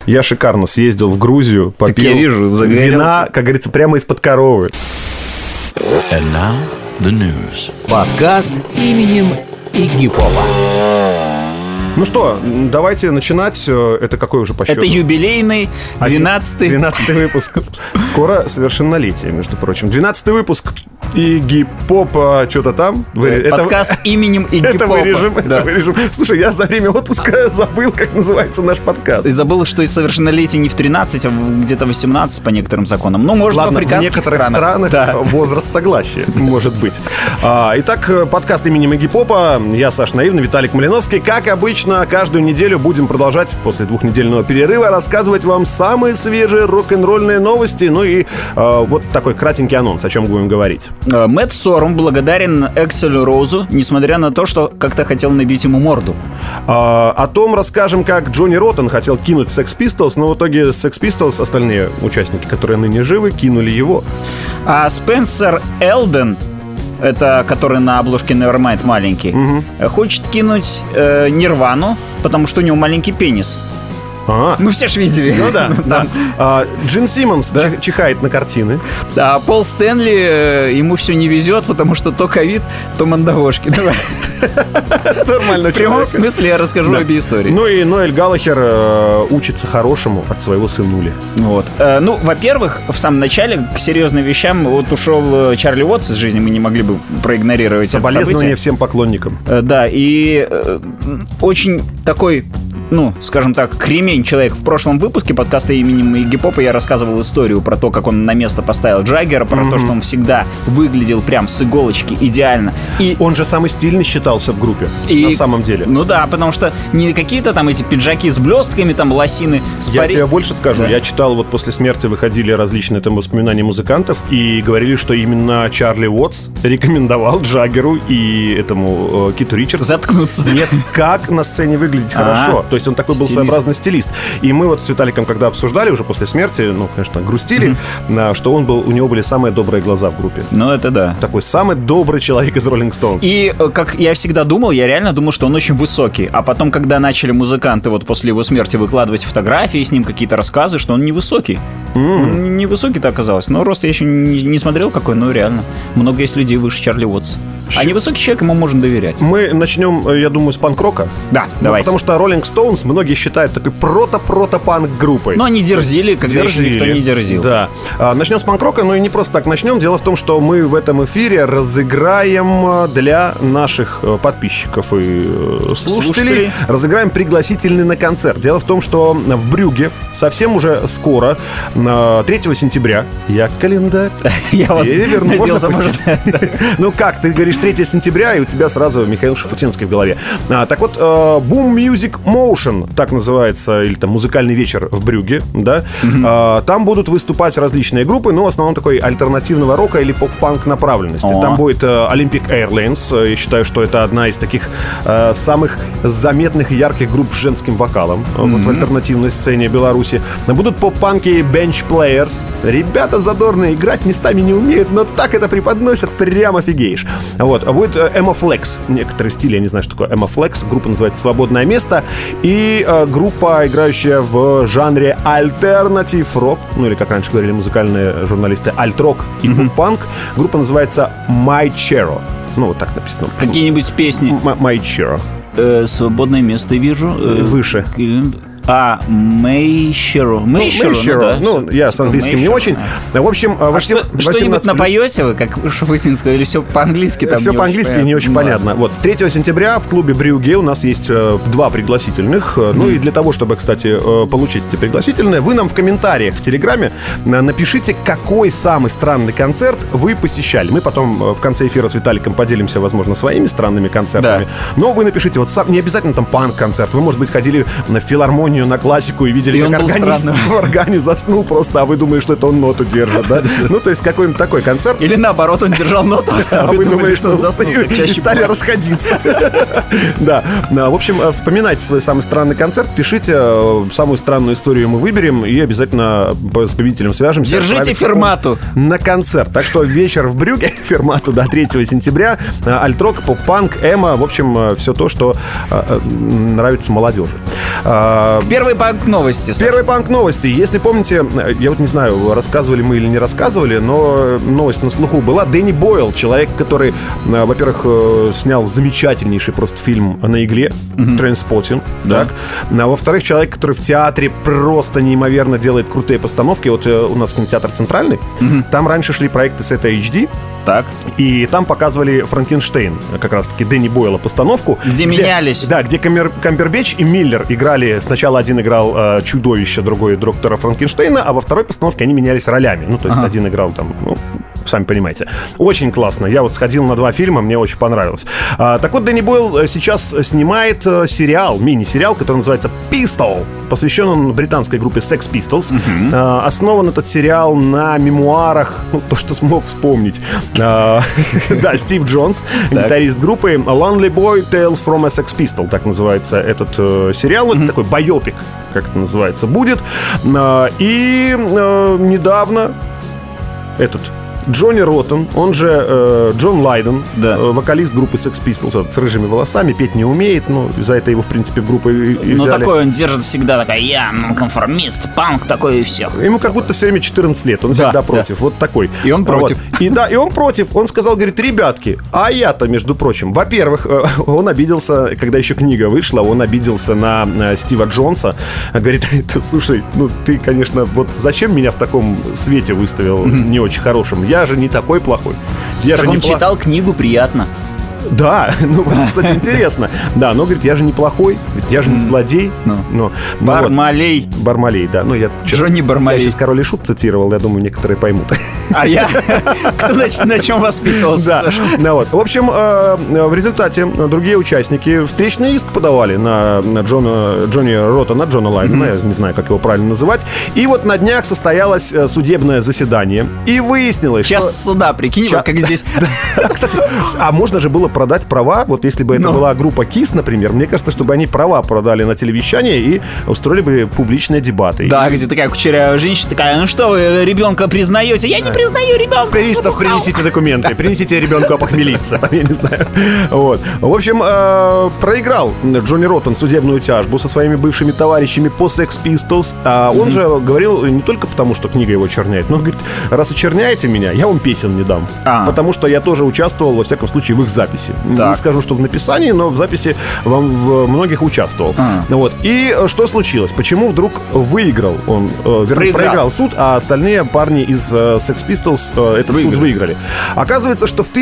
Я шикарно съездил в Грузию, попил Так я вижу, загорел. вина, как говорится, прямо из-под коровы. And now the news. Подкаст именем Игги Попа. Ну что, давайте начинать. Это какой уже по счету? Это юбилейный 12-й. 12-й выпуск. Скоро совершеннолетие, между прочим. 12-й выпуск Игги Попа, что-то там. Подкаст именем Игги Это Попа. вырежем. Слушай, я за время отпуска забыл, как называется наш подкаст. И забыл, что и совершеннолетие не в 13, а где-то 18 по некоторым законам. Ну, может, Ладно, в африканских в некоторых странах да. возраст согласия, может быть. Итак, подкаст именем Игги Попа. Я Саша Наивный, Виталик Малиновский. Как обычно, каждую неделю будем продолжать после двухнедельного перерыва рассказывать вам самые свежие рок-н-ролльные новости. Ну и вот такой кратенький анонс, о чем будем говорить. Мэтт Сорум благодарен Экселю Роузу, несмотря на то, что как-то хотел набить ему морду. О том расскажем, как Джонни Роттен хотел кинуть Sex Pistols, но в итоге Sex Pistols, остальные участники, которые ныне живы, кинули его. А Спенсер Элден, это который на обложке Nevermind маленький, хочет кинуть Нирвану, потому что у него маленький пенис. Ну, все ж видели. Ну да. Джин Симмонс чихает на картины. А Пол Стэнли, ему все не везет, потому что то ковид, то мандавошки. Нормально. В прямом смысле я расскажу обе истории. Ну и Ноэль Галлахер учится хорошему от своего сынули. Вот. Ну, во-первых, в самом начале к серьезным вещам вот ушел Чарли Уотс из жизни, мы не могли бы проигнорировать это событие. Соболезнования всем поклонникам. Да, и очень такой, ну, скажем так, кремень человек. В прошлом выпуске подкаста именем Игги Попа я рассказывал историю про то, как он на место поставил Джаггера, про то, что он всегда выглядел прям с иголочки идеально. И он же самый стильный считался в группе, на самом деле. Ну да, потому что не какие-то там эти пиджаки с блестками, там лосины с Я тебе больше скажу, я читал, вот после смерти выходили различные там воспоминания музыкантов и говорили, что именно Чарли Уотс рекомендовал Джаггеру и этому Киту Ричардсу заткнуться. Нет, как на сцене выглядеть хорошо. То есть он такой был своеобразный стилист. И мы вот с Виталиком, когда обсуждали уже после смерти, ну, конечно, грустили, что у него были самые добрые глаза в группе. Ну, это да. Такой самый добрый человек из Rolling Stones. И, как я всегда думал, я реально думал, что он очень высокий. А потом, когда начали музыканты вот после его смерти выкладывать фотографии с ним, какие-то рассказы, что он невысокий. Он невысокий-то оказалось. Но рост я еще не смотрел какой, но реально. Много есть людей выше Чарли Уотса. А невысокий человек, ему можно доверять. Мы начнем, я думаю, с панк-рока. Да, давайте. Потому что Rolling Stones многие считают такой прото-панк группой. Но они дерзили, когда же никто не дерзил. Да. Начнем с панк-рока, но и не просто так начнем. Дело в том, что мы в этом эфире разыграем для наших подписчиков и слушателей разыграем пригласительный на концерт. Дело в том, что в Брюгге совсем уже скоро, 3 сентября, я календарь переверну. Ну как, ты говоришь 3 сентября, и у тебя сразу Михаил Шафутинский в голове. Так вот, Boom Music Motion, так называется, или там музыкальный вечер в Брюгге, да? Там будут выступать различные группы, но в основном такой альтернативного рока или поп-панк направленности. Там будет Olympic Airlines, я считаю, что это одна из таких самых заметных и ярких групп с женским вокалом вот в альтернативной сцене Беларуси. Будут поп-панки Bench Players. Ребята задорные, играть местами не умеют, но так это преподносят, прям офигеешь. Вот. А будет Emma Flex. Некоторые стили, я не знаю, что такое Emma Flex. Группа называется «Свободное место». И группа, играющая в жанре альтернатив рок, ну или, как раньше говорили музыкальные журналисты, альт-рок и поп-панк. Группа называется My Chero. Ну, вот так написано. Какие-нибудь песни? My Chero. Свободное место вижу. Выше. Мейшеро. Ну, я с английским не очень. В общем, что-нибудь напоете вы, как Шафутинского, или все по-английски? Все по-английски не очень понятно. Вот, 3 сентября в клубе Брюгге у нас есть 2 пригласительных. Ну и для того, чтобы, кстати, получить эти пригласительные, вы нам в комментариях в Телеграме напишите, какой самый странный концерт вы посещали. Мы потом в конце эфира с Виталиком поделимся, возможно, своими странными концертами. Но вы напишите, вот не обязательно там панк-концерт. Вы, может быть, ходили в филармонию на классику и видели, как органист в органе заснул просто, а вы думали, что это он ноту держит, да? Ну, то есть какой-нибудь такой концерт. Или наоборот, он держал ноту, а вы думали, что он заснул, и стали расходиться. Да. В общем, вспоминайте свой самый странный концерт, пишите, самую странную историю мы выберем и обязательно с победителем свяжемся. Держите Фермату на концерт. Так что вечер в Брюгге, Фермату, до 3 сентября, альт-рок, поп-панк, эмо, в общем, все то, что нравится молодежи. Первый панк новости. Первый панк новости. Если помните, я вот не знаю, рассказывали мы или не рассказывали, но новость на слуху была. Дэнни Бойл, человек, который, во-первых, снял замечательнейший просто фильм на игле, «Trainspotting», так. А во-вторых, человек, который в театре просто неимоверно делает крутые постановки. Вот у нас кинотеатр «Центральный», там раньше шли проекты с этой HD. Так. И там показывали «Франкенштейн», как раз-таки Дэнни Бойла постановку. Где менялись. Да, где Камбербэтч и Миллер играли. Сначала один играл чудовище, другой доктора Франкенштейна, а во второй постановке они менялись ролями. Ну, то есть один играл там, ну, сами понимаете. Очень классно. Я вот сходил на 2 фильма, мне очень понравилось. Так вот, Дэнни Бойл сейчас снимает сериал, мини-сериал, который называется «Pistol», посвящен он британской группе Sex Pistols. Основан этот сериал на мемуарах, ну, то, что смог вспомнить. Да, Стив Джонс, гитарист группы. Lonely Boy Tales from a Sex Pistol, так называется этот сериал. Это такой байопик, как это называется, будет. И недавно этот Джонни Роттен, он же Джон Лайден, вокалист группы Sex Pistols, с рыжими волосами, петь не умеет, но за это его, в принципе, в группу и взяли. Ну, такой он держит всегда, такой, я конформист, панк такой и всех. Ему как будто все время 14 лет, он всегда против, вот такой. И он против. Вот. И он против, он сказал, говорит, ребятки, а я-то, между прочим, во-первых, он обиделся, когда еще книга вышла, он обиделся на Стива Джонса, говорит, слушай, ну, ты, конечно, вот зачем меня в таком свете выставил, не очень хорошим, я же не такой плохой. Так он читал книгу, приятно. Да, ну, кстати, интересно. Да, но, говорит, я же неплохой, я же не злодей. Бармалей. Бармалей, да. Ну, я Джонни Бармалей. Я сейчас «Король и Шут» цитировал, я думаю, некоторые поймут. А я? Кто на чем воспитывался? Да, ну вот. В общем, в результате другие участники встречный иск подавали на Джонни Роттена, Джона Лайдена, я не знаю, как его правильно называть. И вот на днях состоялось судебное заседание. И выяснилось, что... Сейчас суда, прикинь, вот как здесь. Кстати, а можно же было продать права, вот если бы это была группа KISS, например, мне кажется, чтобы они права продали на телевещание и устроили бы публичные дебаты. Да, где такая кучерявая женщина такая, ну что вы ребенка признаете? Я не признаю ребенка. Пристав, принесите документы, принесите ребенку опохмелиться. Я не знаю. Вот. В общем, проиграл Джонни Роттен судебную тяжбу со своими бывшими товарищами по Sex Pistols. Он же говорил не только потому, что книга его очерняет, но говорит, раз очерняете меня, я вам песен не дам. Потому что я тоже участвовал, во всяком случае, в их записи. Не скажу, что в написании, но в записи в многих участвовал. Вот. И что случилось? Почему вдруг выиграл он? Проиграл суд, а остальные парни из Sex Pistols этот суд выиграли. Оказывается, что в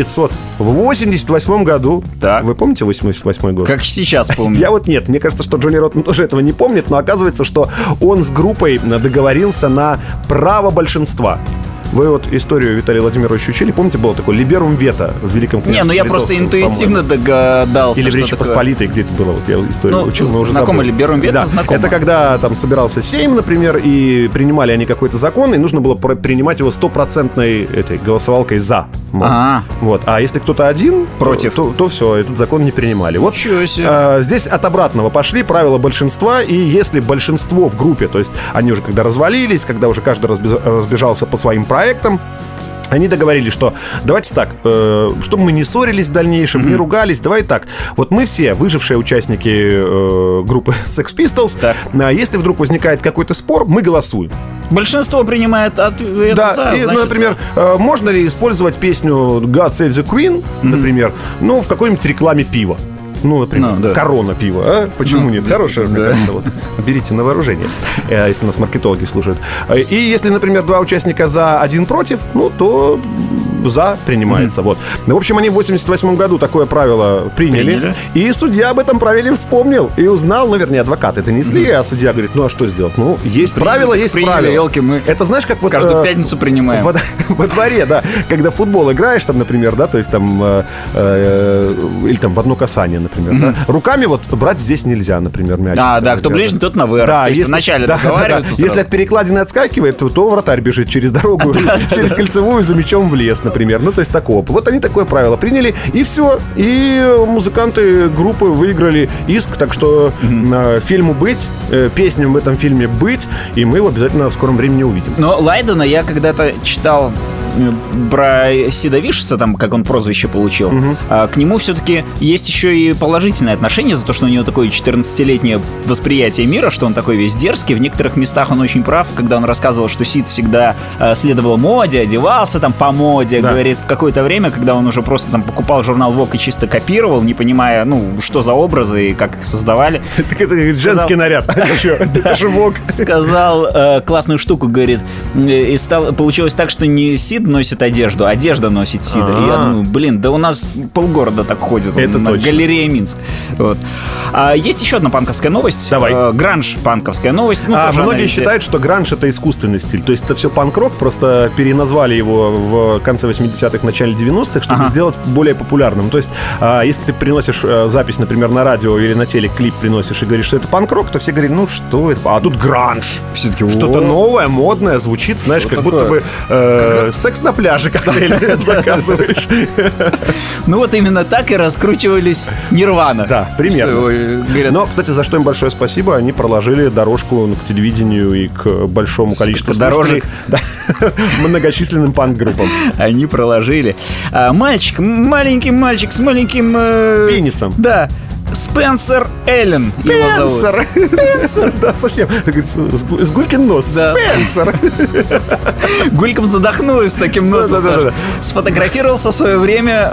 1988 году... Вы помните 88 год? Как сейчас помню. Я вот нет. Мне кажется, что Джонни Роттен тоже этого не помнит, но оказывается, что он с группой договорился на право большинства. Вы вот историю Виталия Владимировича учили? Помните, было такое «Либерум вето» в Великом княжестве? Не, ну я просто интуитивно догадался. Или в Речи Посполитой где-то было. Вот я историю учил, но уже знакомо «Либерум вето», знакомо. Это когда там собирался Сейм, например, и принимали они какой-то закон, и нужно было принимать его 100% этой голосовалкой «за». Вот. А если кто-то один против, то все, этот закон не принимали. Вот здесь от обратного пошли правила большинства, и если большинство в группе, то есть они уже когда развалились, когда уже каждый разбежался по своим проектам, они договорились, что давайте так, чтобы мы не ссорились в дальнейшем, не ругались, давай так. Вот мы все, выжившие участники группы Sex Pistols, если вдруг возникает какой-то спор, мы голосуем. Большинство принимает ответ за, и, например, можно ли использовать песню God Save the Queen, например, в какой-нибудь рекламе пива? Ну, например, Корона пива, а? Почему нет? Хорошее, мне кажется, вот. Берите на вооружение, если нас маркетологи слушают. И если, например, 2 участника за, 1 против, то за принимается. Вот. В общем, они в 88 году такое правило приняли. И судья об этом правиле вспомнил и узнал, вернее, адвокаты это несли, а судья говорит, а что сделать? Есть правило, есть правило. Елки, мы это знаешь, как вот... Каждую пятницу принимаем. Во дворе, да. Когда в футбол играешь, там, например, да, то есть там... или там в одно касание, например. Да? Руками вот брать здесь нельзя, например, мяч. Кто ближний, тот на ВР. Да, если вначале договариваются. Если от перекладины отскакивает, то вратарь бежит через дорогу, через кольцевую за мячом в лес, например. То есть такого. Вот они такое правило приняли, и все. И музыканты группы выиграли иск, так что фильму быть, песням в этом фильме быть, и мы его обязательно в скором времени увидим. Но Лайдена я когда-то читал про Сида Вишеса, там, как он прозвище получил, к нему все-таки есть еще и положительное отношение за то, что у него такое 14-летнее восприятие мира, что он такой весь дерзкий. В некоторых местах он очень прав, когда он рассказывал, что Сид всегда следовал моде, одевался там по моде. Да. Говорит, в какое-то время, когда он уже просто там покупал журнал Vogue и чисто копировал, не понимая, что за образы и как их создавали. Так это женский наряд. Это же Vogue. Сказал классную штуку, говорит, и получилось так, что не Сид носит одежду, одежда носит Сида. И я думаю, да у нас полгорода так ходит. Это на точно. Галерея Минск. Вот. Есть еще одна панковская новость. Давай. Гранж панковская новость. Многие считают, что гранж — это искусственный стиль. То есть это все панк-рок, просто переназвали его в конце 80-х, начале 90-х, чтобы сделать более популярным. То есть если ты приносишь запись, например, на радио или на телек, клип приносишь и говоришь, что это панк-рок, то все говорят, что это? А тут гранж. Все-таки что-то новое, модное, звучит, знаешь, как будто бы секс на пляже коктейль заказываешь. Вот именно так и раскручивались Нирвана. Да, примерно. Но, кстати, за что им большое спасибо, они проложили дорожку к телевидению и к большому количеству дорожек, многочисленным панк-группам. Они проложили. Маленький мальчик с маленьким... пенисом. Да. Спенсер Эллен его зовут. Спенсер. Да, совсем. С Гулькин нос. Да. Спенсер. Гульком задохнулась таким носом. Да. Сфотографировался в свое время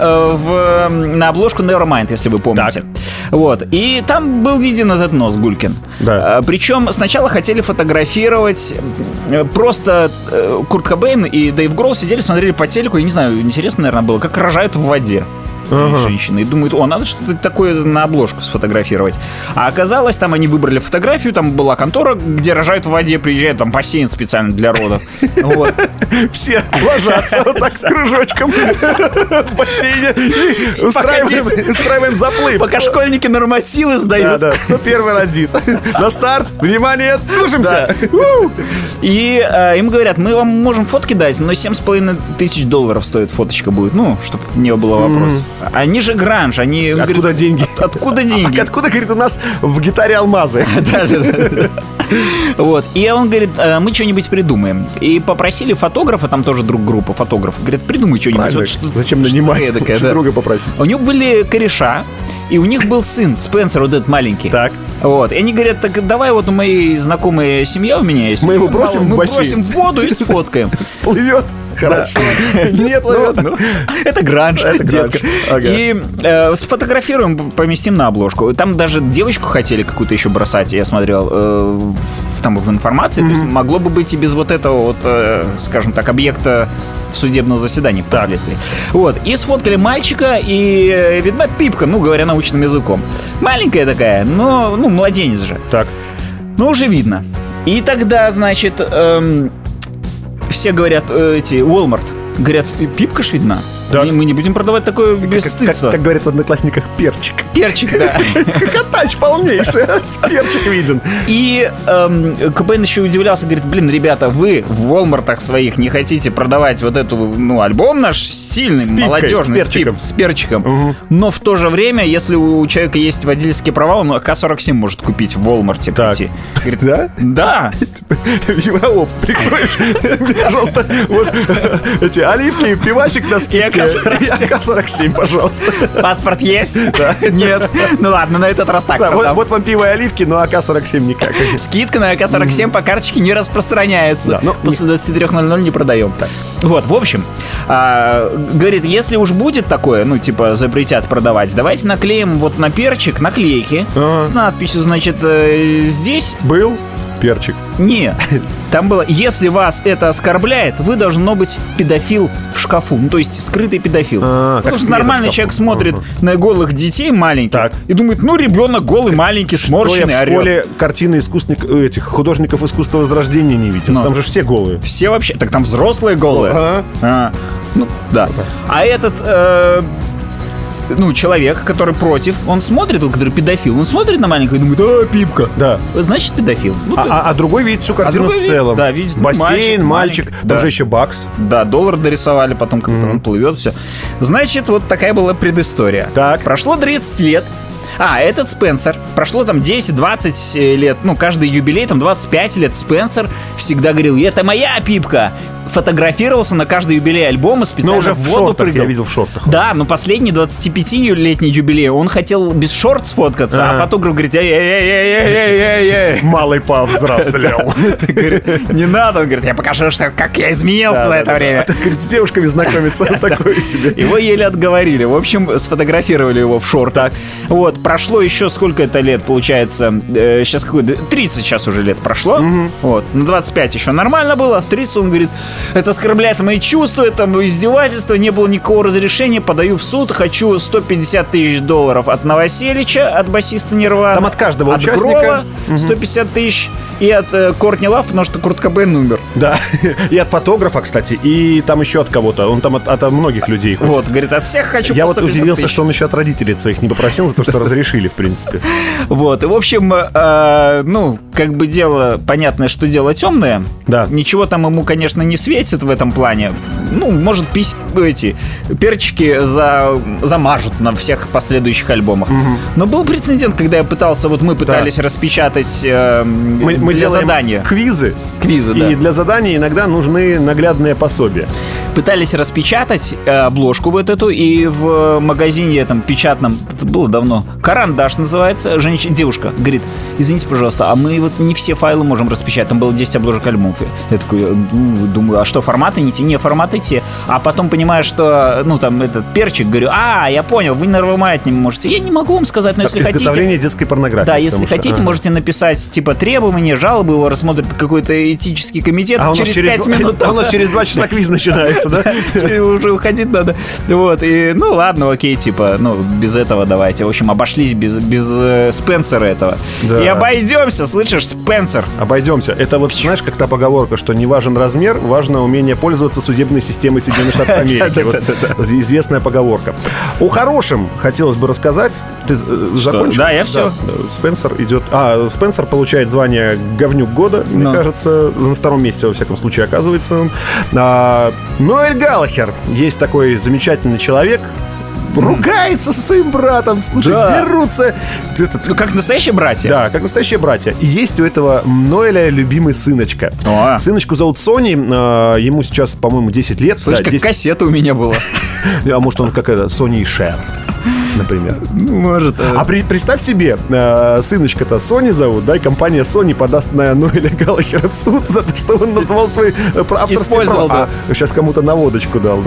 на обложку Nevermind, если вы помните. Вот. И там был виден этот нос Гулькин. Да. Причем сначала хотели фотографировать просто Курт Кобейн и Дэйв Гроул сидели, смотрели по телеку. Я не знаю, интересно, наверное, было, как рожают в воде. Женщины. И думают, надо что-то такое на обложку сфотографировать. А оказалось, там они выбрали фотографию, там была контора, где рожают в воде, приезжают, там бассейн специально для родов. Вот. Все ложатся вот так с кружочком в бассейне и устраиваем заплыв. Пока школьники нормативы сдают. Да. Кто первый родит? На старт, внимание, тужимся. И им говорят, мы вам можем фотки дать, но $7,500 стоит фоточка будет, чтобы не было вопросов. Они же гранж, они... Откуда деньги? Откуда деньги? Откуда, говорит, у нас в гитаре алмазы? Да. Вот. И он говорит, мы что-нибудь придумаем. И попросили фотографа, там тоже друг группа фотографов, говорит, придумай что-нибудь. Зачем нанимать? Лучше друга попросить. У него были кореша, и у них был сын, Спенсер, вот этот маленький. Так. Вот. И они говорят, так давай вот у моей знакомой семья у меня есть. Мы его бросим в бассейн. Мы бросим в воду и сфоткаем. Всплывет. Хорошо. Нет, это гранж, детка. И сфотографируем, поместим на обложку. Там даже девочку хотели какую-то еще бросать, я смотрел там в информации. То есть могло бы быть и без вот этого скажем так, объекта судебного заседания впоследствии. Вот. И сфоткали мальчика, и видна пипка, говоря научным языком. Маленькая такая, но, младенец же. Так. Но уже видно. И тогда, значит, все говорят, Walmart, говорят, пипка ж видна. Да. Мы не будем продавать такое бесстыдство. Как говорят в «Одноклассниках», перчик. Перчик, да. Хохотач полнейший. Перчик виден. И Кобейн еще удивлялся, говорит, ребята, вы в Walmart'ах своих не хотите продавать вот эту, альбом наш сильный, молодежный, с перчиком. Но в то же время, если у человека есть водительские права, он АК-47 может купить в Walmart'е. Так. Говорит, да? Да. Прикроешь, пожалуйста, вот эти оливки, пивасик, носки. АК-47, пожалуйста. Паспорт есть? Да. Нет. Ну ладно, на этот раз так. Да, вот вам пиво и оливки, но АК-47 никак. Скидка на АК-47 по карточке не распространяется. Да, после 23:00 не продаем. Так. Вот, в общем, говорит, если уж будет такое, запретят продавать, давайте наклеим вот на перчик наклейки с надписью, значит, здесь... Был перчик. Не, там было, если вас это оскорбляет, вы должно быть педофил в шкафу. То есть скрытый педофил. Потому что нормальный человек смотрит на голых детей маленьких и думает, ребенок голый, маленький, сморщенный, орет. В школе картины этих художников искусства Возрождения не видел. Там же все голые. Все вообще. Так там взрослые голые. Да. А этот... человек, который против, он смотрит, который педофил, он смотрит на маленького и думает, пипка. Да. Значит, педофил. А другой видит всю картину в целом. Да, видит. Бассейн, мальчик. Там же еще бакс. Да, доллар дорисовали, потом как-то он плывет, все. Значит, вот такая была предыстория. Так. Прошло 30 лет. Этот Спенсер, прошло там 10-20 лет, каждый юбилей, там 25 лет, Спенсер всегда говорил, это моя пипка. фотографировался на каждый юбилей альбома, специально Но уже в воду шортах, прыгал. я видел в шортах. Да, но последний 25-летний юбилей он хотел без шорт сфоткаться, а фотограф говорит: эй-эй-эй-эй-эй-эй-эй. Малый повзрослел. Говорит, не надо, он говорит: я покажу, как я изменился за это время. Говорит, с девушками знакомиться, такое себе. Его еле отговорили. В общем, сфотографировали его в шортах. Вот, прошло еще сколько это лет, получается, сейчас какой-то, 30 сейчас уже лет прошло. Вот, на 25 еще нормально было, в 30 он говорит: это оскорбляет мои чувства, это издевательство, не было никакого разрешения, подаю в суд, хочу $150 тысяч от Новоселича, от басиста Нирваны. Там от каждого от участника. Грова 150 тысяч и от Кортни Лав, потому что Курт Кобейн умер. Да, и от фотографа, кстати, и там еще от кого-то. Он там от многих людей хочет. Вот, говорит, от всех хочу Я по вот 150 удивился, тысяч. что он еще от родителей своих не попросил, за то, что разрешили, в принципе. Вот, и в общем, ну, как бы дело, понятное, что дело темное. Да. Ничего там ему, конечно, не светит в этом плане. Ну, может, эти перчики замажут на всех последующих альбомах. Но был прецедент, когда я пытался, вот мы пытались распечатать Мы для делаем задания. квизы, Да. и для заданий иногда нужны наглядные пособия. Пытались распечатать обложку вот эту, и в магазине этом печатном, это было давно, «Карандаш» называется, девушка говорит: извините, пожалуйста, а мы вот не все файлы можем распечатать, там было 10 обложек альбомов. Я такой думаю, а что, форматы не те? Не, форматы те. А потом понимаю, что, ну, там, этот перчик, говорю: я понял, вы нормально не можете. Я не могу вам сказать, но если хотите... Изготовление детской порнографии. Да, если хотите, можете написать, типа, требования, жалобы, его рассмотрит какой-то этический комитет через 5 минут. А у нас через 2 часа квиз начинается, да? Уже уходить надо. Вот, и, ну, ладно, окей, типа, ну, без этого давайте. В общем, обошлись без Спенсера этого. Да. И обойдемся, слышишь, Спенсер. Обойдемся. Это вот, знаешь, как та поговорка, что не важен размер, важно умение пользоваться судебной системой Соединенных Штатов Америки. Вот известная поговорка. О хорошем хотелось бы рассказать. Ты закончил? Да, я все. Спенсер идет... Спенсер получает звание говнюк года, мне кажется. На 2-м месте, во всяком случае, оказывается. Ноэль Галлахер. Есть такой замечательный человек. Ругается со своим братом, слушай, дерутся. Как настоящие братья. Да, как настоящие братья. И есть у этого Ноэля любимый сыночка. Сыночку зовут Сони, ему сейчас, по-моему, 10 лет. Слышь, как 10... кассета у меня была. А может, он как это, Сони и Шер, например. Может. А представь себе, сыночка-то Сони зовут, да, и компания Sony подаст на Ноэля Галлахера в суд за то, что он назвал свой авторский права. Сейчас кому-то наводочку дал,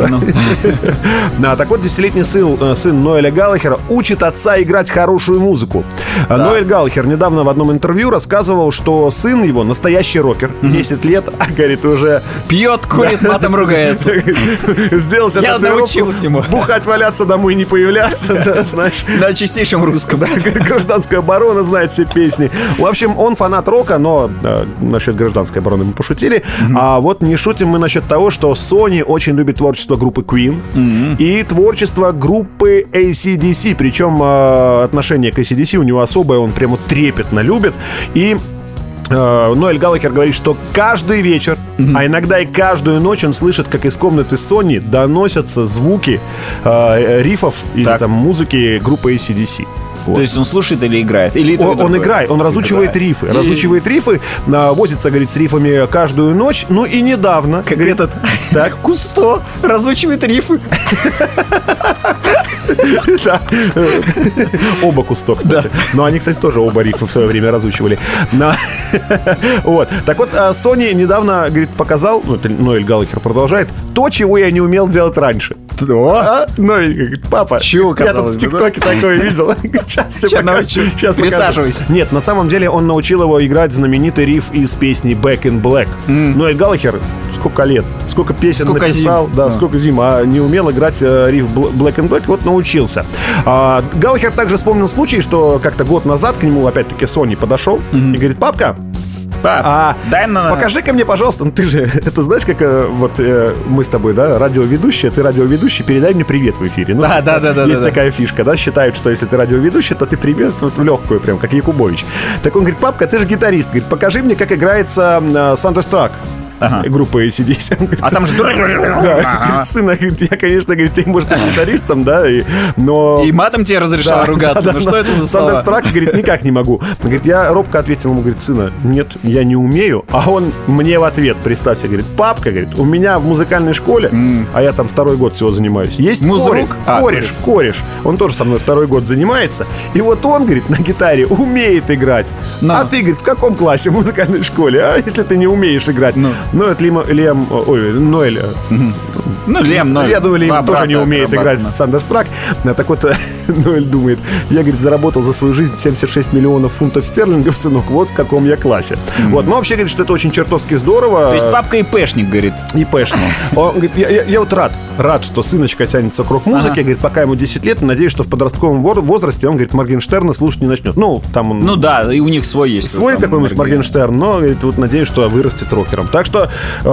да? Так вот, 10-летний сын Ноэля Галлахера учит отца играть хорошую музыку. Ноэль Галлахер недавно в одном интервью рассказывал, что сын его настоящий рокер, 10 лет, а, говорит, уже... Пьет, курит, матом ругается. Сделал себе Я научился ему. Бухать, валяться, домой не появляться, да, знаешь. На чистейшем русском. Да, гражданская оборона знает все песни. В общем, он фанат рока, но насчет гражданской обороны мы пошутили. А вот не шутим мы насчет того, что Sony очень любит творчество группы Queen и творчество группы AC/DC. Причем отношение к AC/DC у него особое, он прямо трепетно любит. И Ноэль Галлахер говорит, что каждый вечер, а иногда и каждую ночь он слышит, как из комнаты Sony доносятся звуки рифов или там музыки группы AC/DC. Вот. То есть он слушает или играет? Или он играет, он разучивает рифы. Разучивает рифы, возится, говорит, с рифами каждую ночь. Ну и недавно... Как говорит, так, Кусто разучивает рифы. Да. Оба Кусто, кстати. Но они, кстати, тоже оба рифы в свое время разучивали. Вот. Так вот, Sony недавно, говорит, показал, Ноэль Галлахер продолжает, то, чего я не умел делать раньше. Ноэль говорит: папа, я тут в ТикТоке такое видел. Сейчас присаживайся. Нет, на самом деле он научил его играть знаменитый риф из песни Back in Black. Ноэль Галлахер сколько лет, сколько песен написал, да, сколько зим, а не умел играть риф Black in Black, вот научился. Галлахер также вспомнил случай, что как-то год назад к нему опять-таки Sony подошел и говорит: папка, покажи-ка мне, пожалуйста, ты же, это знаешь, как вот мы с тобой, да, радиоведущие, ты радиоведущий, передай мне привет в эфире. Ну, да. Есть такая фишка, да, считают, что если ты радиоведущий, то ты привет вот в легкую, прям, как Якубович. Так он говорит: папка, ты же гитарист, говорит, покажи мне, как играется Thunderstruck. группа AC/DC. А там же... Да, сына, говорит, я, конечно, говорит, ты, может, гитаристом, да, но... И матом тебе разрешал ругаться, ну что это за слова? Thunderstruck, говорит, никак не могу. Говорит, я робко ответил ему, говорит, сына, нет, я не умею. А он мне в ответ, представьте, говорит, папка, говорит, у меня в музыкальной школе, а я там 2-й год всего занимаюсь, есть кореш, он тоже со мной 2-й год занимается, и вот он, говорит, на гитаре умеет играть. А ты, говорит, в каком классе в музыкальной школе? А если ты не умеешь играть? Ну, это Ноэль. Ну, Ноэль. Я думаю, Лиам тоже не умеет играть с Thunderstruck. Так вот, Ноэль думает, я, говорит, заработал за свою жизнь 76 миллионов фунтов стерлингов, сынок, вот в каком я классе. Вот, но вообще, говорит, что это очень чертовски здорово. То есть папка ИПшник, говорит. ИПшник. Он говорит, я вот рад, что сыночка тянется к рок-музыке, говорит, пока ему 10 лет, надеюсь, что в подростковом возрасте он, говорит, Моргенштерна слушать не начнет. Ну, там он... Ну да, и у них свой есть. Свой какой-нибудь Моргенштерн, но, говорит, вот надеюсь, что вырастет рокером. Так что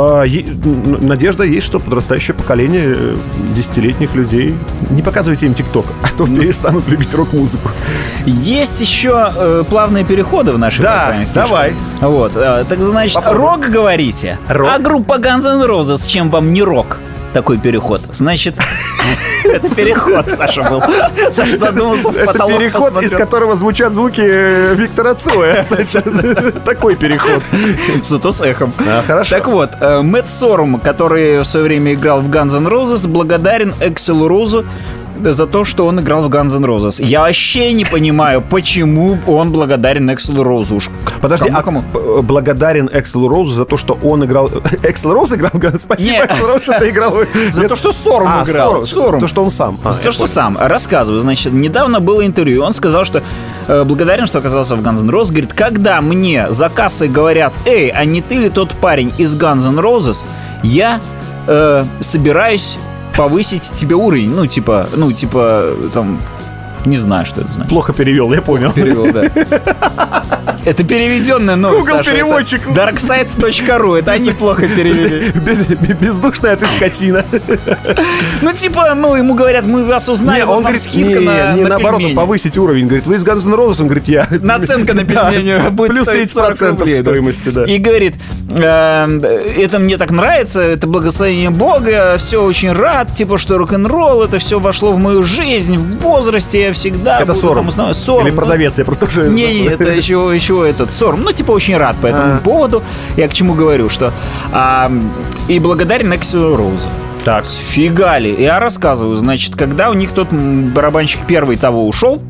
надежда есть, что подрастающее поколение 10-летних людей, не показывайте им ТикТок, а то перестанут любить рок-музыку. Есть еще плавные переходы в нашей программе. Да, давай. Вот, так значит, попробуй. Рок говорите? Рок. А группа Guns N' Roses, чем вам не рок? Такой переход. Значит, это переход, Саша был. Саша задумался в потолок. Это переход, из которого звучат звуки Виктора Цоя. Такой переход. Зато с эхом. Хорошо. Так вот, Мэтт Сорум, который в свое время играл в Guns N' Roses, благодарен Экселу Розу за то, что он играл в Guns N' Roses. Я вообще не понимаю, почему он благодарен Экселу Розу. Уж подожди, кому? Благодарен Экселу Розу за то, что он играл... Эксел Роуз играл? Спасибо, Эксел Роуз, что ты играл. За то, что Сорум играл. Сорум. То, что он сам. За то, что сам. Рассказываю. Значит, недавно было интервью. Он сказал, что благодарен, что оказался в Guns N' Roses. Говорит, когда мне за кассой говорят, эй, а не ты ли тот парень из Guns N' Roses, я собираюсь повысить тебе уровень, ну, типа, там, не знаю, что это значит. Плохо перевел, я понял. Перевел, да. Это переведенная новость, Google Саша, переводчик. Darkside.ru, это они плохо перевели. Бездушная ты скотина. Ну, типа, ему говорят, мы вас узнали, он говорит, скидка на наоборот, пельмени. Повысить уровень. Говорит, вы из Guns N' Roses? Он говорит, я... Наценка на пельмени будет плюс стоить 30% стоимости, да. И говорит, это мне так нравится, это благословение Бога, все очень рад, типа, что рок-н-ролл, это все вошло в мою жизнь, в возрасте я всегда... Это Сорум. Или продавец, я просто уже... Не, это еще этот Сорум. Ну, типа, очень рад по этому поводу. Я к чему говорю, что... и благодарен Экселу Роузу. Так. Сфига ли? Я рассказываю. Значит, когда у них тот барабанщик первый того ушел,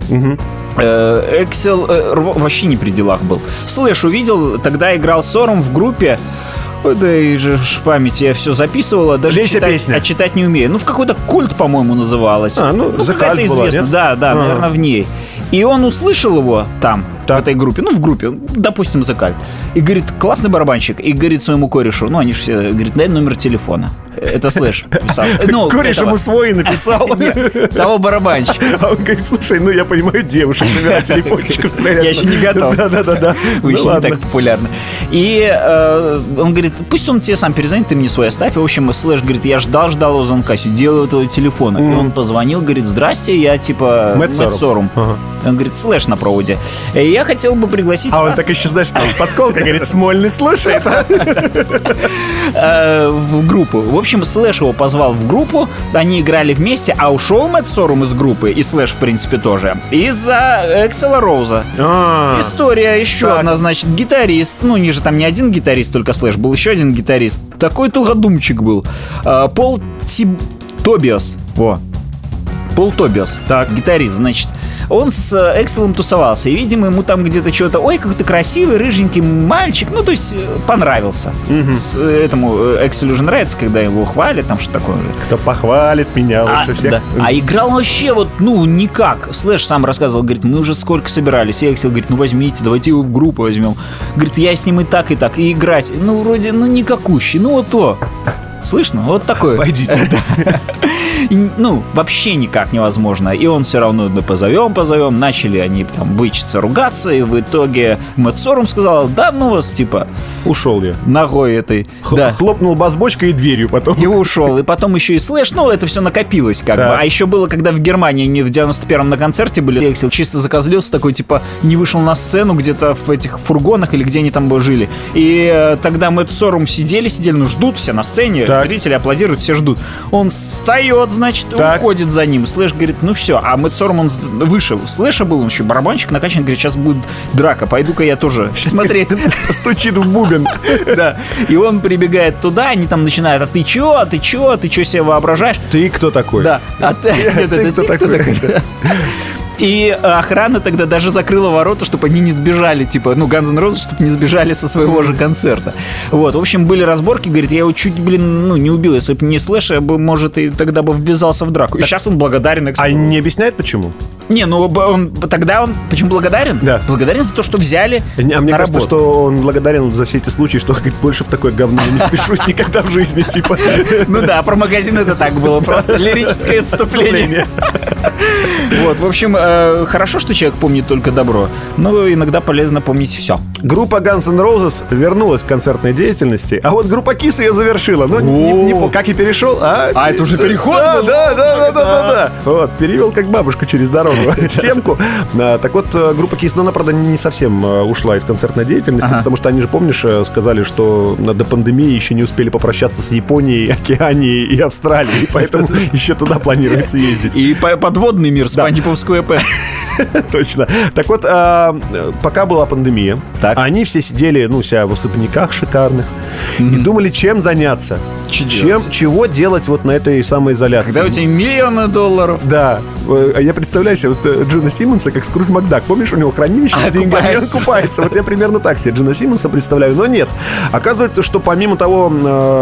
Эксел вообще не при делах был. Слэш увидел, тогда играл Сорум в группе. Да и же в памяти я все записывала, даже читать не умею. Ну, в какой-то культ, по-моему, называлась. какая-то известная. Да, наверное, в ней. И он услышал его там, в этой группе, в группе, допустим, The Cult, и говорит, классный барабанщик, и говорит своему корешу, они же все, говорит, дай номер телефона. Это Слэш писал. Кореш ему свой написал. Нет, того барабанщика. А он говорит, слушай, я понимаю девушек, номера телефончиков стрелять. Я еще не готов. Да. Вы еще не так популярны. И он говорит, пусть он тебе сам перезвонит, ты мне свой оставь. В общем, Слэш говорит, я ждал его звонка, сидел у этого телефона. И он позвонил, говорит, здрасте, я типа Мэтт Сорум. Он говорит, Слэш на проводе. И я хотел бы пригласить вас... он так еще, знаешь, подколка, говорит, Смольный слушает. В группу. В общем, Слэш его позвал в группу, они играли вместе, а ушел Мэтт Сорум из группы, и Слэш, в принципе, тоже, из-за Эксела Роуза. История еще одна, значит, гитарист, ниже там не один гитарист, только Слэш, был еще один гитарист, такой тугодумчик был, Пол Тобиас, Пол Тобиас, гитарист, значит, он с Экселом тусовался, и, видимо, ему там где-то что-то, ой, какой ты красивый, рыженький мальчик, то есть понравился. Этому Экселю же нравится, когда его хвалят, там что такое. Кто похвалит меня лучше всех. Да. А играл он вообще никак. Слэш сам рассказывал, говорит, мы уже сколько собирались, и Эксел говорит, возьмите, давайте его в группу возьмем. Говорит, я с ним и так, и играть, вроде, никакущий, то. Слышно? Вот такое. Пойдите. И, вообще никак невозможно. И он все равно, позовем. Начали они там бычиться, ругаться, и в итоге Мэтт Сорум сказал, да ну вас, типа... Ушел я. Ногой этой. Да. Хлопнул бас-бочкой и дверью потом. И ушел. И потом еще и Слэш, это все накопилось как бы. А еще было, когда в Германии они в 91-м на концерте были, Эксел чисто закозлился, такой, типа, не вышел на сцену где-то в этих фургонах или где они там жили. И тогда Мэтт Сорум сидели, ждут все на сцене, зрители аплодируют, все ждут. Он встает, значит, уходит за ним. Слэш говорит, все. А Мэтт Сорум, он выше Слэша был, он еще барабанщик накачан, говорит, сейчас будет драка, пойду-ка я тоже смотреть. Стучит в бубен. Да. И он прибегает туда, они там начинают, а ты чё себе воображаешь? Ты кто такой? Да. Ты кто такой? И охрана тогда даже закрыла ворота, чтобы они не сбежали, типа, Guns N' Roses, чтобы не сбежали со своего же концерта. Вот, в общем, были разборки, говорит, я его чуть, не убил, если бы не Слэш, я бы, может, и тогда бы ввязался в драку. И сейчас он благодарен. А не объясняет, почему? Не, тогда он почему благодарен? Да. Благодарен за то, что взяли на мне кажется, работу. Что он благодарен за все эти случаи, что, говорит, больше в такое говно я не впишусь никогда в жизни, типа. Да, про магазин это так было, просто лирическое отступление. Вот, в общем, хорошо, что человек помнит только добро, но иногда полезно помнить все. Группа Guns N' Roses вернулась к концертной деятельности, а вот группа Kiss ее завершила. Как и перешел, это уже переход? Да. Вот, перевел как бабушка через дорогу темку. Так вот, группа Kiss, она, правда, не совсем ушла из концертной деятельности, потому что они же, помнишь, сказали, что до пандемии еще не успели попрощаться с Японией, Океанией и Австралией, поэтому еще туда планируется ездить. И подводный мир, Спанч-Боб Сквепенс. Точно. Так вот, пока была пандемия, они все сидели, себя в особняках шикарных и думали, чем заняться. Чего делать вот на этой самоизоляции. Когда у тебя миллионы долларов. Да. Я представляю себе Джина Симмонса как Скрудж Макдак. Помнишь, у него хранилище с деньгами, он купается. Вот я примерно так себе Джина Симмонса представляю. Но нет. Оказывается, что помимо того,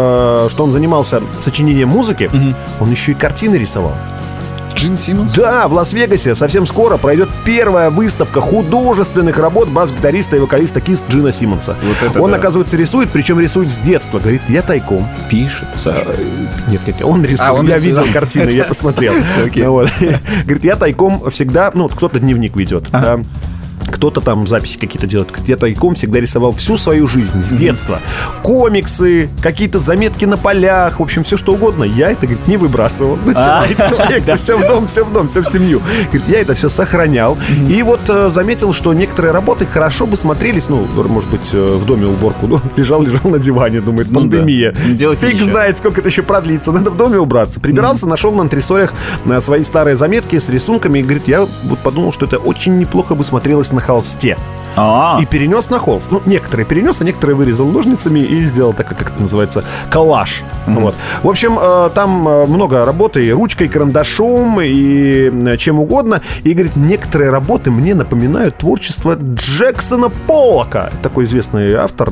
что он занимался сочинением музыки, он еще и картины рисовал. Джин Симмонс? Да, в Лас-Вегасе совсем скоро пройдет первая выставка художественных работ бас-гитариста и вокалиста Kiss Джина Симмонса. Он, оказывается, рисует, причем рисует с детства. Говорит, я тайком. Пишет. Нет, он рисует. Я видел картины, я посмотрел. Говорит, я тайком всегда... кто-то дневник ведет, да. Кто-то там записи какие-то делает. Я тайком всегда рисовал всю свою жизнь с детства. Комиксы, какие-то заметки на полях, в общем, все что угодно. Я это, говорит, не выбрасывал. Человек, все в дом, все в семью. Говорит, я это все сохранял. И вот заметил, что некоторые работы хорошо бы смотрелись, может быть, в доме уборку. Лежал на диване, думает, пандемия. Фиг знает, сколько это еще продлится. Надо в доме убраться. Прибирался, нашел на антресолях свои старые заметки с рисунками. И говорит, я вот подумал, что это очень неплохо бы смотрелось на холсте. И перенес на холст. Некоторые перенес, а некоторые вырезал ножницами и сделал так, как это называется, коллаж. Вот. В общем, там много работы и ручкой, и карандашом, и чем угодно. И, говорит, некоторые работы мне напоминают творчество Джексона Поллока. Такой известный автор,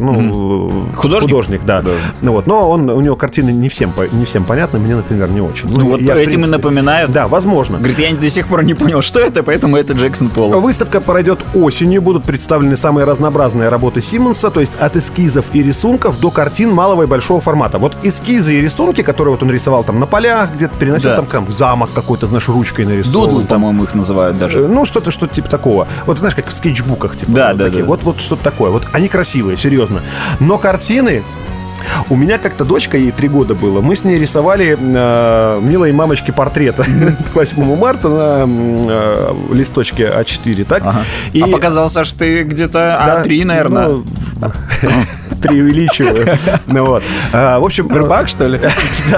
художник, да. Вот. Но у него картины не всем понятны, мне, например, не очень. Этим и напоминают. Да, возможно. Говорит, я до сих пор не понял, что это, поэтому это Джексон Поллок. Выставка пройдет осенью, будут представлены самые разнообразные работы Симмонса, то есть от эскизов и рисунков до картин малого и большого формата. Вот эскизы и рисунки, которые вот он рисовал там на полях, где-то переносил там замок какой-то, знаешь, ручкой нарисовал. Дудлы, по-моему, их называют даже. Что-то типа такого. Вот знаешь, как в скетчбуках. Типа, да. Вот что-то такое. Вот они красивые, серьезно. Но картины... У меня как-то дочка, ей 3 года было. Мы с ней рисовали милой мамочки портрета к 8 марта на листочке А4, так? И... А показался, что ты где-то А3, наверное. Преувеличиваю. В общем... Рыбак, что ли?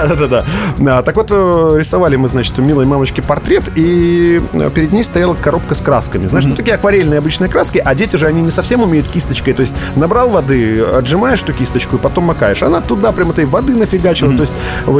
Да. Так вот, рисовали мы, значит, у милой мамочки портрет, и перед ней стояла коробка с красками. Знаешь, такие акварельные обычные краски, а дети же, они не совсем умеют кисточкой. То есть набрал воды, отжимаешь эту кисточку и потом макаешь. Она туда прям этой воды нафигачила. То есть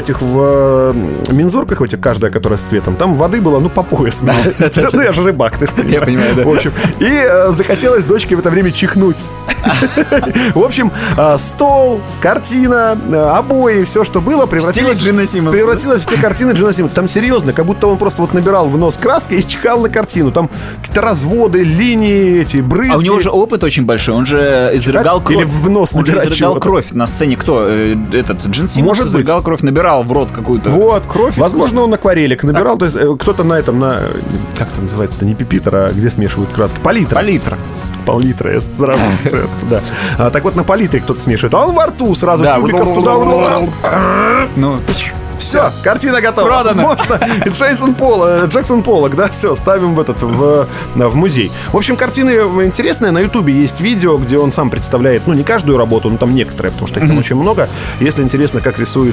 в мензурках, каждая, которая с цветом, там воды было, по пояс. Я же рыбак, ты же понимаешь. Я понимаю, да. В общем, и захотелось дочке в это время чихнуть. В общем, Стол, картина, обои, все, что было, превратилось в те картины Джина Симмонса. Там серьезно, как будто он просто вот набирал в нос краски и чихал на картину. Там какие-то разводы, линии, эти брызги. А у него же опыт очень большой. Он же изрыгал кровь. Или в нос набирать. Он же изрыгал кровь на сцене. Кто? Этот Джин Симмонс изрыгал кровь, набирал в рот какую-то кровь. Возможно, он акварелик набирал. То есть кто-то на этом, как это называется-то, не пипитер, а где смешивают краски? Палитра. Пол-литра, я сразу. Да. Так вот, на палитре кто-то смешивает. А он во рту сразу тюбиков туда. Ну, все, картина готова. Продано. Можно. Джексон Поллок, да, все, ставим в музей. В общем, картины интересные. На Ютубе есть видео, где он сам представляет, не каждую работу, но там некоторые, потому что их там очень много. Если интересно, как рисует...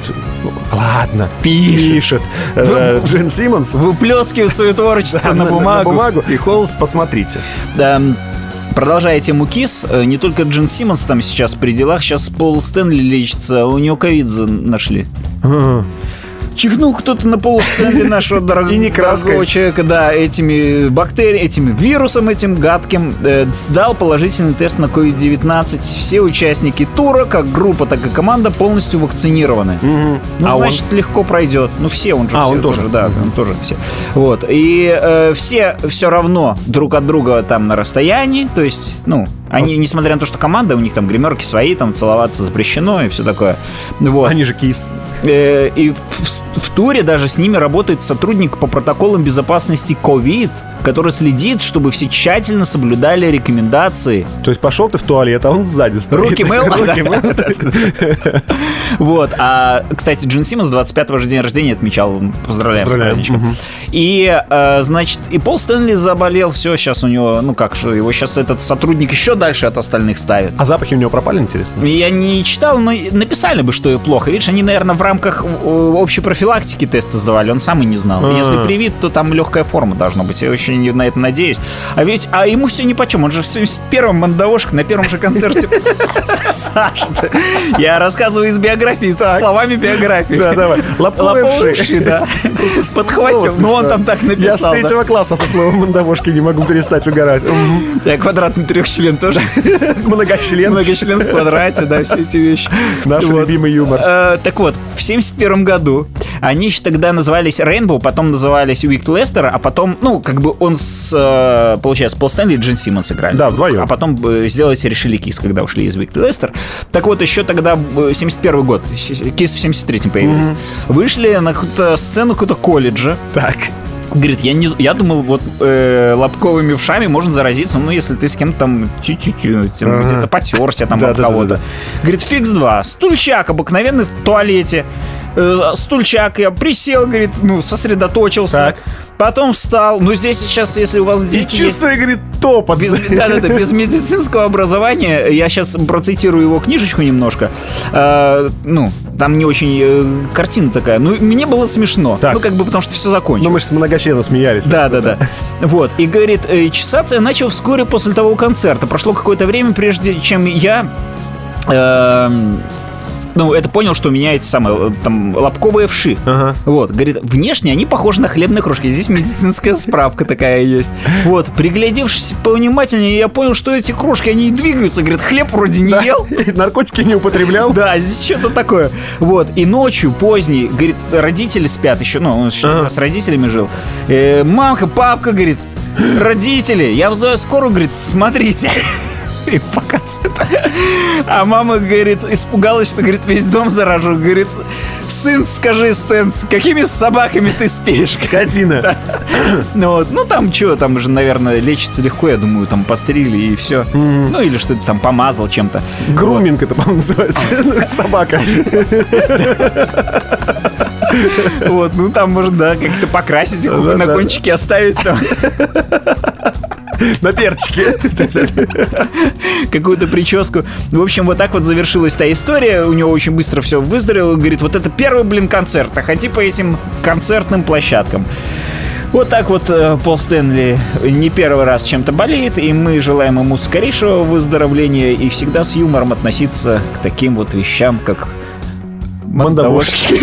Пишет Джин Симмонс. Выплескивает свое творчество на бумагу. И холст, посмотрите. Да. Продолжая тему КИС, не только Джин Симмонс там сейчас при делах, сейчас Пол Стэнли лечится, у него ковид нашли. Чихнул кто-то на Пола Стэнли, нашего дорогого человека, да, этими бактериями, этим вирусом, этим гадким, сдал положительный тест на COVID-19. Все участники тура, как группа, так и команда, полностью вакцинированы. Значит, легко пройдет. Все, он же он тоже. Да, он тоже все. Вот. И все равно друг от друга там на расстоянии, то есть, они, несмотря на то, что команда, у них там гримерки свои, там целоваться запрещено и все такое. Вот. Они же КИС. И в туре даже с ними работает сотрудник по протоколам безопасности COVID, который следит, чтобы все тщательно соблюдали рекомендации. То есть пошел ты в туалет, а он сзади стоит. Руки мыл. Вот. Кстати, Джин Симмонс 25-го же день рождения отмечал. Поздравляем с праздничком. И, значит, и Пол Стэнли заболел. Все, сейчас у него, его сейчас этот сотрудник еще дальше от остальных ставит. А запахи у него пропали, интересно? Я не читал, но написали бы, что и плохо. Видишь, они, наверное, в рамках общей профилактики тесты сдавали. Он сам и не знал. Если привит, то там легкая форма должна быть. Я очень на это надеюсь. А ему все нипочем. Он же в 71-м мандавошек на первом же концерте. Саша, я рассказываю из биографии, словами биографии. Да, давай. Лобковые вши, да. Подхватил. Но он там так написал. Я с 3 класса со словом мандавошки не могу перестать угорать. Я квадратный трехчлен тоже. Многочлен. Многочлен в квадрате, да, все эти вещи. Наш любимый юмор. Так вот, в 71 году они еще тогда назывались Rainbow, потом назывались Wicked Lester, а потом, он получается, Пол Стэнли и Джин Симмонс играли. Да, вдвоем. А потом сделать решили КИС, когда ушли из Wicked Lester. Так вот, еще тогда 71 год, КИС в 73-м появились. Вышли на какую-то сцену какого-то колледжа. Так. Говорит, я думал, лобковыми вшами можно заразиться, если ты с кем-то там где-то потерся там об кого-то. Говорит, фикс 2. Стульчак обыкновенный в туалете. Стульчак, я присел, говорит, сосредоточился. Так. Потом встал. Здесь сейчас, если у вас дети и чувствую, есть... говорит, топот. Без медицинского образования. Я сейчас процитирую его книжечку немножко. Там не очень картина такая. Мне было смешно. Так. Потому что все закончилось. Мы же с многочленно смеялись. Да. Вот. И говорит, чесаться я начал вскоре после того концерта. Прошло какое-то время, прежде чем я... это понял, что у меня эти самые лобковые вши. Вот, говорит, внешне они похожи на хлебные крошки. Здесь медицинская справка такая есть. Вот, приглядевшись повнимательнее, я понял, что эти крошки, они двигаются. Говорит, хлеб вроде не ел. Наркотики не употреблял. Да, здесь что-то такое. Вот, и ночью, поздней, говорит, родители спят еще. Он еще с родителями жил. Мамка, папка, говорит, родители, я вызываю скорую, говорит, смотрите. И показывает. А мама, говорит, испугалась, что, говорит, весь дом заражу. Говорит, сын, скажи, Стэн, с какими собаками ты спишь? Скотина. Там что, там же, наверное, лечится легко, я думаю, там постригли и все. Или что-то там помазал чем-то. Груминг это, по-моему, называется. Собака. Вот, там можно, как-то покрасить их, на кончике оставить там. На перчике. Какую-то прическу. В общем, вот так вот завершилась та история. У него очень быстро все выздоровело. Говорит, вот это первый, концерт. А ходи по этим концертным площадкам. Вот так вот Пол Стэнли не первый раз чем-то болеет. И мы желаем ему скорейшего выздоровления. И всегда с юмором относиться к таким вот вещам, как Мандавошки.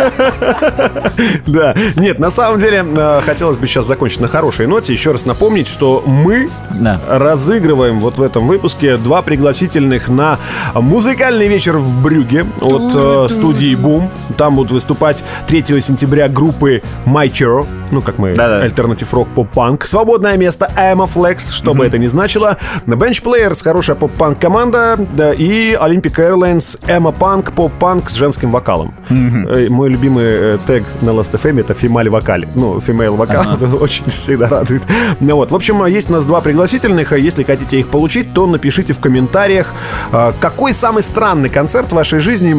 Да. Нет, на самом деле, хотелось бы сейчас закончить на хорошей ноте. Еще раз напомнить, что мы разыгрываем вот в этом выпуске 2 пригласительных на музыкальный вечер в Брюгге от студии Boom. Там будут выступать 3 сентября группы My Chero, ну, как мы, альтернатив-рок, поп-панк. Свободное место Emma Flex, что бы это ни значило. Bench Players, хорошая поп-панк команда, и Olympic Airlines, Emma Punk, поп-панк с женским вокалом. Мой любимый тег на Last.fm — это female-вокале. Ну, female-вокал, очень всегда радует. Ну, вот. В общем, есть у нас 2 пригласительных. Если хотите их получить, то напишите в комментариях, какой самый странный концерт в вашей жизни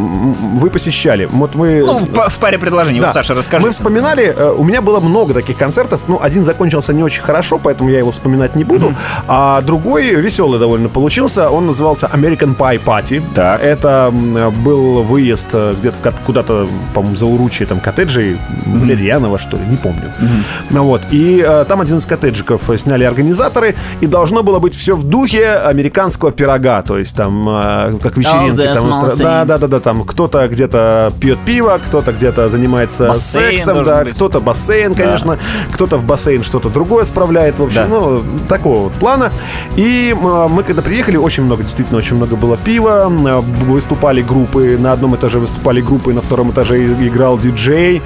вы посещали. Вот мы... в паре предложений. Вот, Саша, расскажи. Мы вспоминали, у меня было много таких концертов. Ну, один закончился не очень хорошо, поэтому я его вспоминать не буду. А другой веселый довольно получился. Он назывался American Pie Party. Так. Это был выезд где-то куда-то, по-моему, за Уручье, там, коттеджей Лерьянова, что ли, не помню. Ну вот. И там один из коттеджиков сняли организаторы, и должно было быть все в духе американского пирога. То есть там, как вечеринки. Да, там кто-то где-то пьет пиво, кто-то где-то занимается сексом, да, кто-то бассейн, конечно, кто-то в бассейн что-то другое справляет. В общем, ну, такого вот плана. И мы, когда приехали, действительно очень много было пива, выступали группы, на одном этаже выступали группы, на втором этаже играл диджей,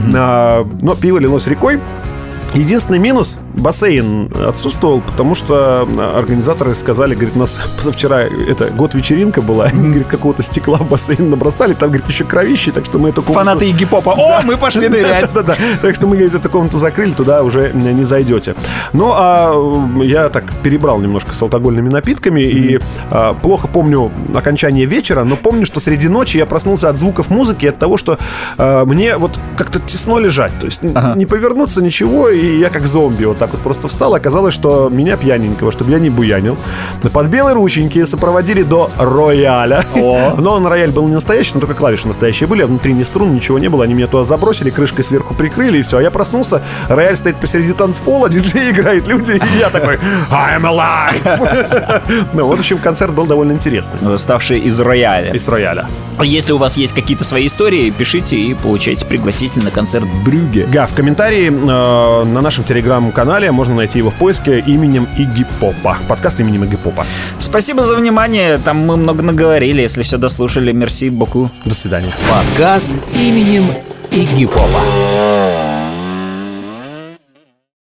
но пиво лилось рекой. Единственный минус — бассейн отсутствовал, потому что организаторы сказали, говорит, у нас позавчера год вечеринка была, говорит, какого-то стекла в бассейн набросали, там, говорит, еще кровище, так что мы эту комнату... Фанаты Игги-попа, мы пошли нырять. Да. Так что мы, говорит, эту комнату закрыли, туда уже не зайдете. Ну, а я так перебрал немножко с алкогольными напитками, и плохо помню окончание вечера, но помню, что среди ночи я проснулся от звуков музыки, от того, что мне вот как-то тесно лежать, то есть не повернуться, ничего, и я как зомби вот так вот просто встал. Оказалось, что меня пьяненького, чтобы я не буянил, под белые рученьки сопроводили до рояля. Но рояль был не настоящий, но только клавиши настоящие были, а внутри ни струн, ничего не было. Они меня туда забросили, крышкой сверху прикрыли, и все. А я проснулся, рояль стоит посреди танцпола, диджей играет, люди, и я такой I'm alive! Ну, вот, в общем, концерт был довольно интересный. Ставший из рояля. Из рояля. Если у вас есть какие-то свои истории, пишите и получайте пригласительный на концерт в Брюгге. Да, в комментарии на нашем телеграм-канале можно найти его в поиске именем Игги Попа. Подкаст именем Игги Попа. Спасибо за внимание. Там мы много наговорили. Если все дослушали, мерси боку. До свидания. Подкаст именем Игги Попа.